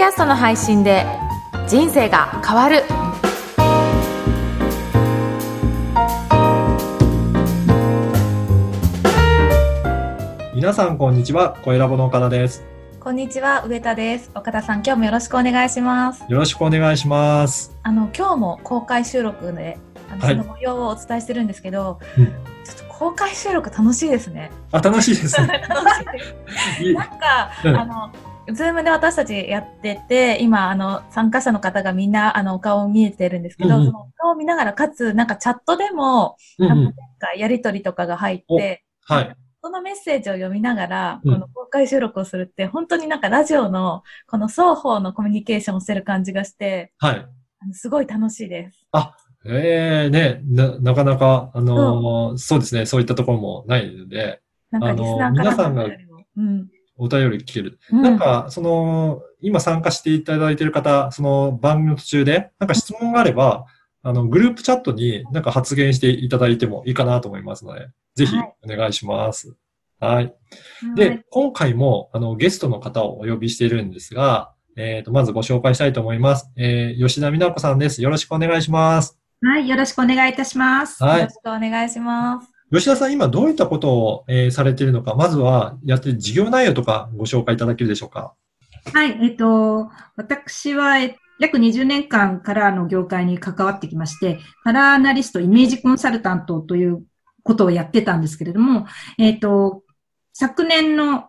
ャストの配信で人生が変わる。 皆さんこんにちは、声ラボの岡田です。 こんにちは、上田です。岡田さん、今日もよろしくお願いします。 よろしくお願いします。 今日も公開収録でその模様をお伝えしてるんですけど、ちょっと公開収録楽しいですね。 楽しいですね。 楽しいです。なんか、ズームで私たちやってて、今、参加者の方がみんな、お顔を見えてるんですけど、その顔を見ながら、かつ、なんかチャットでも、なんかやりとりとかが入って、 はい。 そのメッセージを読みながら、この公開収録をするって、本当になんかラジオの、この双方のコミュニケーションをしてる感じがして、 はい。 すごい楽しいです。 ね、なかなか、そうですね、そういったところもないので、 なんかリスナーから皆さんがお便り聞ける。なんか、今参加していただいている方、その番組の途中で、なんか質問があれば、グループチャットになんか発言していただいてもいいかなと思いますので、ぜひお願いします。はい。で、今回も、ゲストの方をお呼びしているんですが、まずご紹介したいと思います。吉田美奈子さんです。よろしくお願いします。 はい、よろしくお願いいたします。 はい。よろしくお願いします。 吉田さん、今どういったことを、されているのか、まずはやっている事業内容とかご紹介いただけるでしょうか。 はい、私は、約20年間カラーの業界に関わってきまして、カラーアナリスト、イメージコンサルタントということをやってたんですけれども、昨年の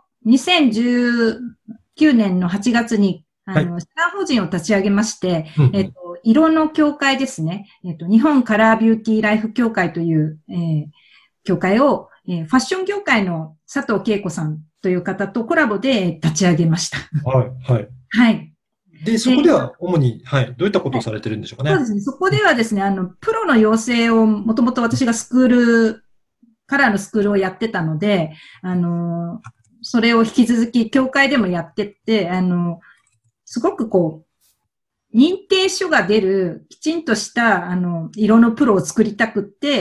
2019年の8月に、社団法人を立ち上げまして、色の協会ですね。日本カラービューティーライフ協会という、協会を、ファッション業界の佐藤恵子さんという方とコラボで立ち上げました。 はい、はい。はい。で、そこでは主に、どういったことをされてるんでしょうかね。 そうですね。そこではですね、プロの養成を、もともと私がカラーのスクールをやってたので、それを引き続き、協会でもやってって、すごく認定書が出る、きちんとした、色のプロを作りたくって、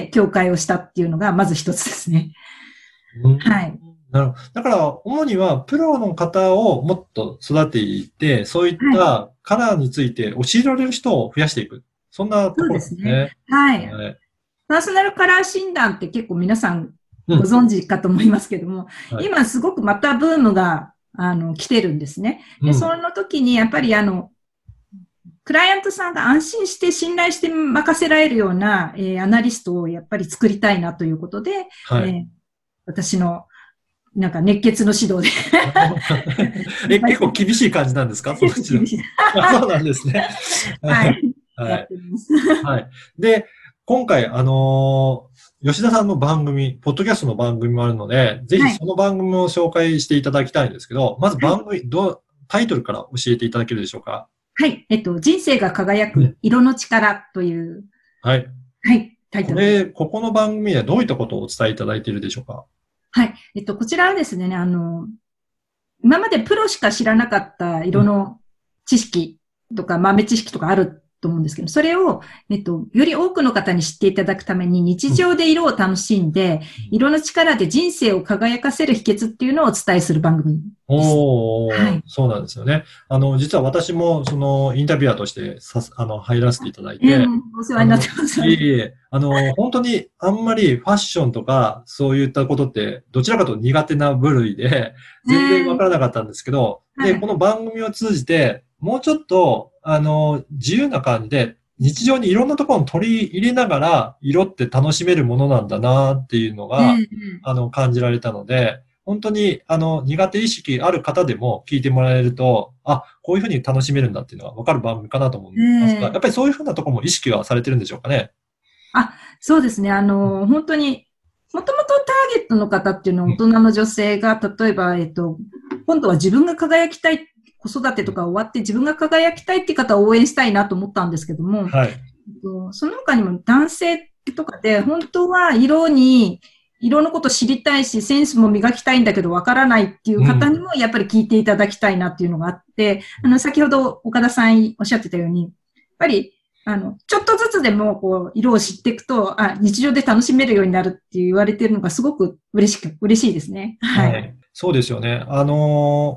協会をしたっていうのが、まず一つですね。はい。 なるほど。だから、主には、プロの方をもっと育てていって、そういったカラーについて教えられる人を増やしていく。そんなところですね。そうですね。 はい。パーソナルカラー診断って結構皆さんご存知かと思いますけども、今すごくまたブームが、来てるんですね。で、その時にやっぱりクライアントさんが安心して信頼して任せられるような、アナリストをやっぱり作りたいなということで、私のなんか熱血の指導で。結構厳しい感じなんですか？そうなんですね。 はい。 はい。で、今回、吉田さんの番組、ポッドキャストの番組もあるので、ぜひその番組を紹介していただきたいんですけど、まず番組、タイトルから教えていただけるでしょうか？ はい。人生が輝く色の力という、 はい。 はい。タイトル。 ここの番組ではどういったことをお伝えいただいているでしょうか？ はい。こちらはですね、今までプロしか知らなかった色の知識とか豆知識とかあると思うんですけど、それを、より多くの方に知っていただくために日常で色を楽しんで、色の力で人生を輝かせる秘訣っていうのをお伝えする番組です。 そうなんですよね。実は私も、インタビュアーとして入らせていただいて、 お世話になってます。 本当にあんまりファッションとか、そういったことって、どちらかと苦手な部類で、全然わからなかったんですけど、で、この番組を通じて、もうちょっと、自由な感じで、日常にいろんなところを取り入れながら、色って楽しめるものなんだなっていうのが、感じられたので、本当に、苦手意識ある方でも聞いてもらえると、こういうふうに楽しめるんだっていうのが分かる番組かなと思いますが、やっぱりそういうふうなところも意識はされてるんでしょうかね。 そうですね。本当に、もともとターゲットの方っていうのは大人の女性が、例えば、今度は自分が輝きたい、子育てとか終わって自分が輝きたいって方を応援したいなと思ったんですけども、その他にも男性とかで、本当は色のこと知りたいし、センスも磨きたいんだけどわからないっていう方にもやっぱり聞いていただきたいなっていうのがあって、先ほど岡田さんおっしゃってたように、やっぱり、ちょっとずつでも、色を知っていくと、日常で楽しめるようになるって言われてるのがすごく嬉しいですね。はい。 そうですよね。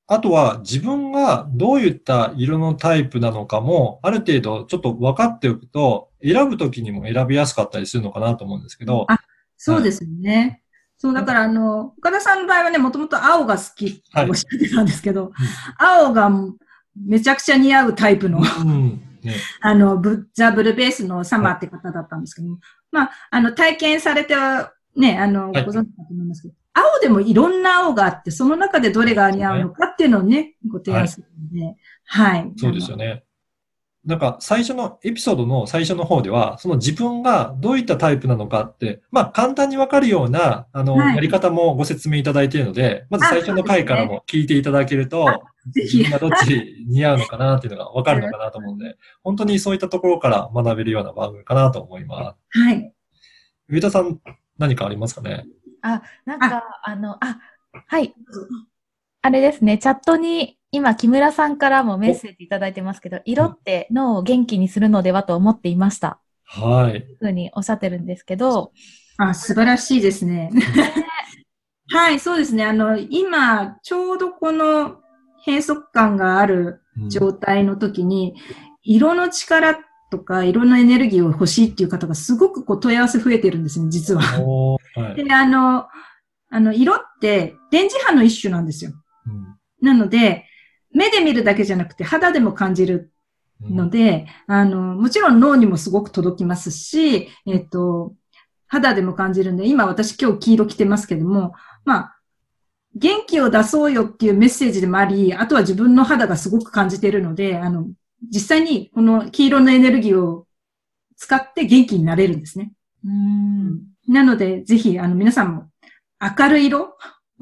あとは自分がどういった色のタイプなのかも、ある程度ちょっと分かっておくと、選ぶときにも選びやすかったりするのかなと思うんですけど。 そうですよね。そう、だから岡田さんの場合はね、もともと青が好きっておっしゃってたんですけど、青がめちゃくちゃ似合うタイプの、ザ・ブルーベースのサマーって方だったんですけども、体験されてはね、ご存知だと思いますけど、青でもいろんな青があって、その中でどれが似合うのかっていうのをね、ご提案するので、はい。 そうですよね。なんか最初のエピソードの最初の方では、その自分がどういったタイプなのかって、簡単にわかるような、やり方もご説明いただいているので、まず最初の回からも聞いていただけると、自分がどっち似合うのかなっていうのがわかるのかなと思うので、本当にそういったところから学べるような番組かなと思います。 はい。 上田さん、何かありますかね？ なんか、はい。あれですね、チャットに、今、木村さんからもメッセージいただいてますけど、色って脳を元気にするのではと思っていました。 はい。というふうにおっしゃってるんですけど。 素晴らしいですね。はい、そうですね。今、ちょうどこの閉塞感がある状態の時に、色の力とか色のエネルギーを欲しいっていう方がすごく問い合わせ増えてるんですね、実は。はい、で、色って電磁波の一種なんですよ。なので、目で見るだけじゃなくて肌でも感じるので、もちろん脳にもすごく届きますし、肌でも感じるんで、今私今日黄色着てますけども、元気を出そうよっていうメッセージでもあり、あとは自分の肌がすごく感じているので、実際にこの黄色のエネルギーを使って元気になれるんですね。なので、ぜひ、皆さんも明るい色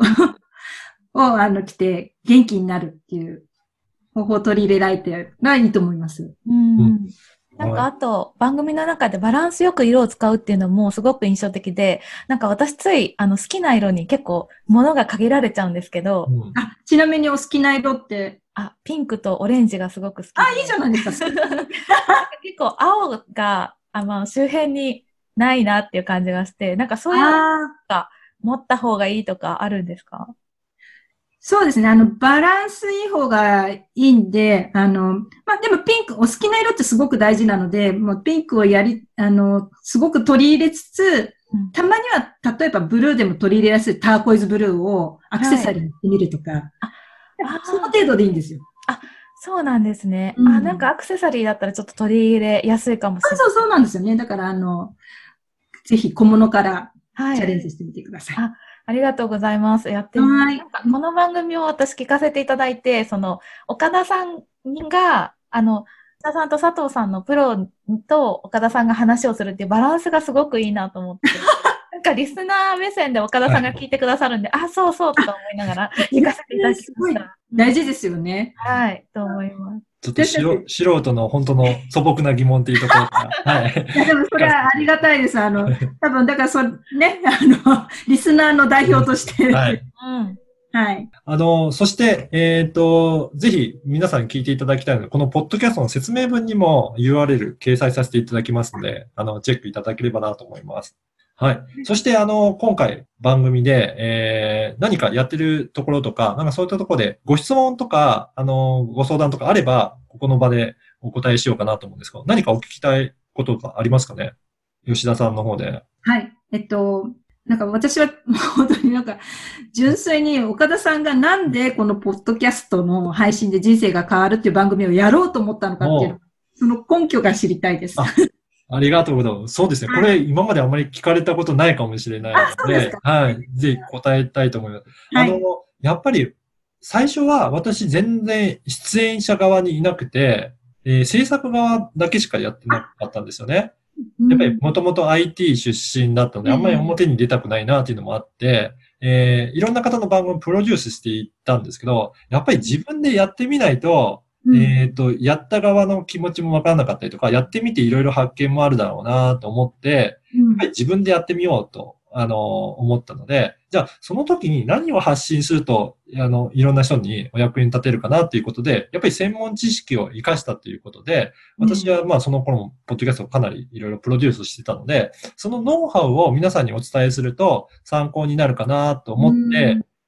を着て元気になるっていう方法を取り入れられてがいいと思います。 なんかあと、番組の中でバランスよく色を使うっていうのもすごく印象的で、なんか私つい、好きな色に結構物が限られちゃうんですけど。 ちなみにお好きな色って？ ピンクとオレンジがすごく好きで。 いいじゃないですか。結構青が、周辺にないなっていう感じがして、なんかそういうのが持った方がいいとかあるんですか？ そうですね。バランスいい方がいいんで、でもピンク、お好きな色ってすごく大事なので、もうピンクをすごく取り入れつつ、たまには、例えばブルーでも取り入れやすいターコイズブルーをアクセサリーにしてみるとか、その程度でいいんですよ。 そうなんですね。なんかアクセサリーだったらちょっと取り入れやすいかもしれない。 そうなんですよね。だから、ぜひ小物からチャレンジしてみてください。 ありがとうございます。やってみます。なんかこの番組を私聞かせていただいて、岡田さんが、岡田さんと佐藤さんのプロと岡田さんが話をするっていうバランスがすごくいいなと思って。なんかリスナー目線で岡田さんが聞いてくださるんで、そうとか思いながら聞かせていただきました。 大事ですよね。 はい、と思います。 ちょっと素人の本当の素朴な疑問っていうところから。はい。 でもそれはありがたいです。多分、だからリスナーの代表として。はい。はい。 そして、ぜひ皆さん聞いていただきたいので、このポッドキャストの説明文にも URL 掲載させていただきますので、チェックいただければなと思います。はい。そして、今回番組で、何かやってるところとか、なんかそういったところでご質問とか、ご相談とかあれば、ここの場でお答えしようかなと思うんですが、何かお聞きたいこととかありますかね？吉田さんの方で。 はい。なんか私は本当になんか純粋に岡田さんがなんでこのポッドキャストの配信で人生が変わるっていう番組をやろうと思ったのかっていう、その根拠が知りたいです。 ありがとうございます。そうですね。これ今まであまり聞かれたことないかもしれないので、はい。ぜひ答えたいと思います。はい、やっぱり最初は私全然出演者側にいなくて、制作側だけしかやってなかったんですよね。やっぱりもともと IT 出身だったので、あんまり表に出たくないなっていうのもあって、いろんな方の番組をプロデュースしていったんですけど、やっぱり自分でやってみないと、やった側の気持ちもわからなかったりとか、やってみていろいろ発見もあるだろうなと思って、やっぱり自分でやってみようと、思ったので、じゃあ、その時に何を発信すると、いろんな人にお役に立てるかなということで、やっぱり専門知識を活かしたということで、私はまあその頃も、ポッドキャストをかなりいろいろプロデュースしてたので、そのノウハウを皆さんにお伝えすると参考になるかなと思って、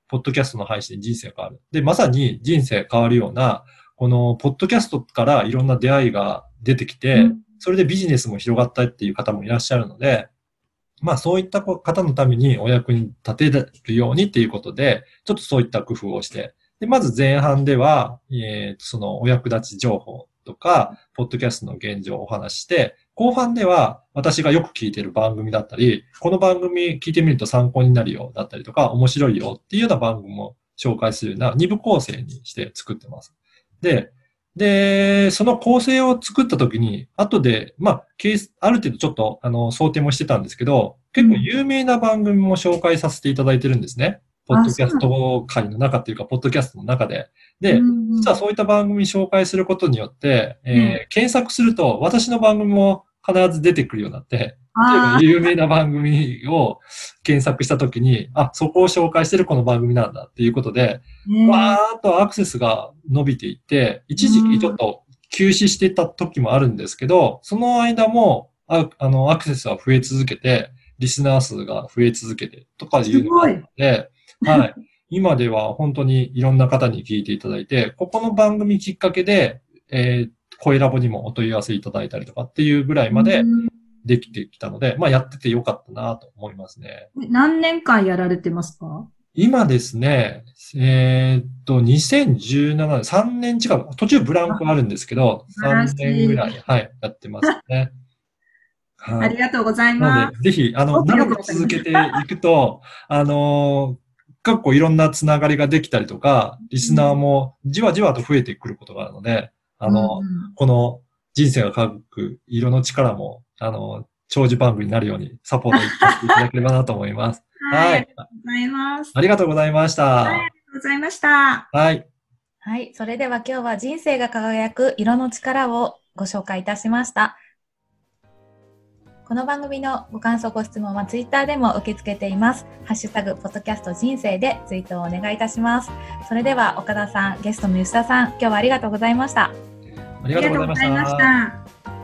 ポッドキャストの配信で人生が変わる。で、まさに人生変わるような、このポッドキャストからいろんな出会いが出てきて、それでビジネスも広がったっていう方もいらっしゃるので、まあそういった方のためにお役に立てるようにっていうことで、ちょっとそういった工夫をして、で、まず前半では、そのお役立ち情報とか、ポッドキャストの現状をお話しして、後半では私がよく聞いている番組だったり、この番組聞いてみると参考になるよだったりとか、面白いよっていうような番組も紹介するような2部構成にして作ってます。で、その構成を作った時に、後で、まあ、ある程度ちょっと、想定もしてたんですけど、結構有名な番組も紹介させていただいてるんですね。ポッドキャスト界の中っていうか、ポッドキャストの中で。で、実はそういった番組紹介することによって、検索すると私の番組も必ず出てくるようになって、例えば有名な番組を検索したときに、あ、そこを紹介してるこの番組なんだっていうことで、わーっとアクセスが伸びていって、一時期ちょっと休止していた時もあるんですけど、その間も、アクセスは増え続けて、リスナー数が増え続けてとかいうのがあるので、はい。今では本当にいろんな方に聞いていただいて、ここの番組きっかけで、声ラボにもお問い合わせいただいたりとかっていうぐらいまでできてきたので、まあやっててよかったなと思いますね。 何年間やられてますか？ 今ですね、2017年、3年近く、途中ブランクあるんですけど、3年ぐらい、はい、やってますね。 はい、ありがとうございます。 なので、ぜひ、長く続けていくと、結構いろんなつながりができたりとか、リスナーもじわじわと増えてくることがあるので、この人生が輝く色の力も、長寿番組になるようにサポートさせていただければなと思います。 はい。ありがとうございます。 ありがとうございました。 はい、ありがとうございました。 はい。 はい。それでは今日は人生が輝く色の力をご紹介いたしました。この番組のご感想ご質問はツイッターでも受け付けています。ハッシュタグポッドキャスト人生でツイートをお願いいたします。それでは岡田さん、ゲストの吉田さん、今日はありがとうございました。 ありがとうございました。